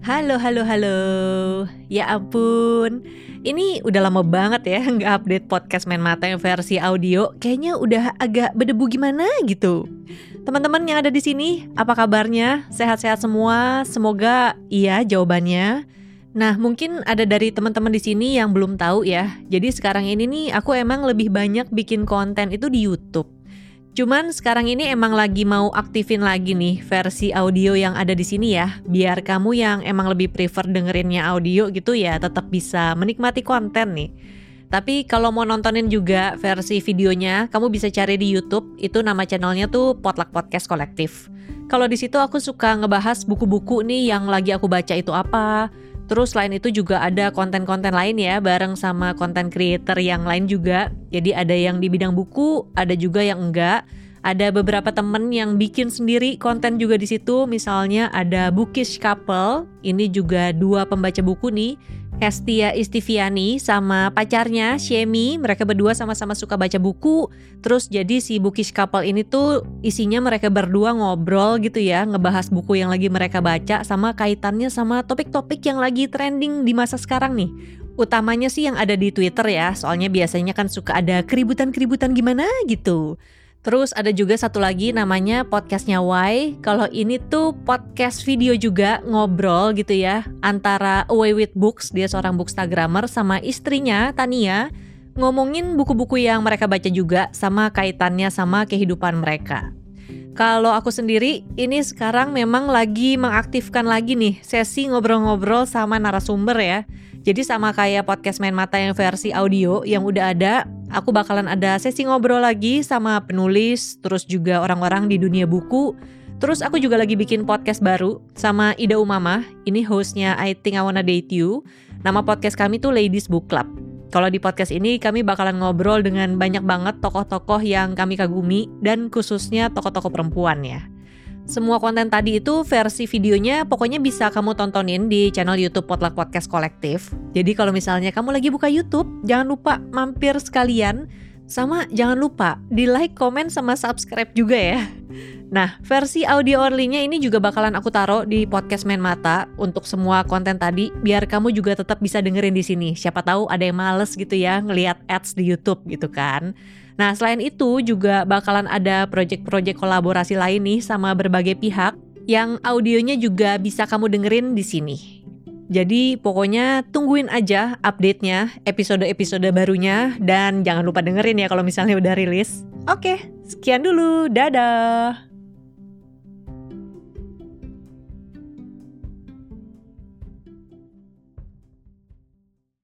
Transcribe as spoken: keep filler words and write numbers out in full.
Halo, halo, halo. Ya ampun, ini udah lama banget ya nggak update podcast Main Mata yang versi audio. Kayaknya udah agak berdebu gimana gitu. Teman-teman yang ada di sini, apa kabarnya? Sehat-sehat semua? Semoga iya jawabannya. Nah, mungkin ada dari teman-teman di sini yang belum tahu ya. Jadi sekarang ini nih aku emang lebih banyak bikin konten itu di YouTube. Cuman sekarang ini emang lagi mau aktifin lagi nih versi audio yang ada di sini ya, biar kamu yang emang lebih prefer dengerinnya audio gitu ya tetap bisa menikmati konten nih. Tapi kalau mau nontonin juga versi videonya, kamu bisa cari di YouTube, itu nama channelnya tuh Potluck Podcast Kolektif. Kalau di situ aku suka ngebahas buku-buku nih yang lagi aku baca itu apa. Terus selain itu juga ada konten-konten lain ya, bareng sama konten creator yang lain juga. Jadi ada yang di bidang buku, ada juga yang enggak. Ada beberapa temen yang bikin sendiri konten juga di situ. Misalnya ada Bookish Couple, ini juga dua pembaca buku nih. Hestia Istiviani sama pacarnya Shemi, mereka berdua sama-sama suka baca buku. Terus jadi si Bookish Couple ini tuh isinya mereka berdua ngobrol gitu ya, ngebahas buku yang lagi mereka baca sama kaitannya sama topik-topik yang lagi trending di masa sekarang nih. Utamanya sih yang ada di Twitter ya, soalnya biasanya kan suka ada keributan-keributan gimana gitu. Terus ada juga satu lagi namanya podcastnya Y. Kalau ini tuh podcast video juga ngobrol gitu ya antara Away with Books, dia seorang bookstagrammer, sama istrinya Tania, ngomongin buku-buku yang mereka baca juga sama kaitannya sama kehidupan mereka. Kalau aku sendiri ini sekarang memang lagi mengaktifkan lagi nih sesi ngobrol-ngobrol sama narasumber ya. Jadi sama kayak podcast Main Mata yang versi audio yang udah ada, aku bakalan ada sesi ngobrol lagi sama penulis, terus juga orang-orang di dunia buku. Terus aku juga lagi bikin podcast baru sama Ida Umamah, ini hostnya I Think I Wanna Date You. Nama podcast kami tuh Ladies Book Club. Kalau di podcast ini kami bakalan ngobrol dengan banyak banget tokoh-tokoh yang kami kagumi dan khususnya tokoh-tokoh perempuan ya. Semua konten tadi itu versi videonya pokoknya bisa kamu tontonin di channel YouTube Potluck Podcast Kolektif. Jadi kalau misalnya kamu lagi buka YouTube, jangan lupa mampir sekalian. Sama jangan lupa di like, komen, sama subscribe juga ya. Nah, versi audio only-nya ini juga bakalan aku taruh di podcast Main Mata untuk semua konten tadi, biar kamu juga tetap bisa dengerin di sini. Siapa tahu ada yang males gitu ya ngelihat ads di YouTube gitu kan. Nah, selain itu juga bakalan ada project-project kolaborasi lain nih sama berbagai pihak yang audionya juga bisa kamu dengerin di sini. Jadi pokoknya tungguin aja update-nya, episode-episode barunya, dan jangan lupa dengerin ya kalau misalnya udah rilis. Oke, sekian dulu, dadah!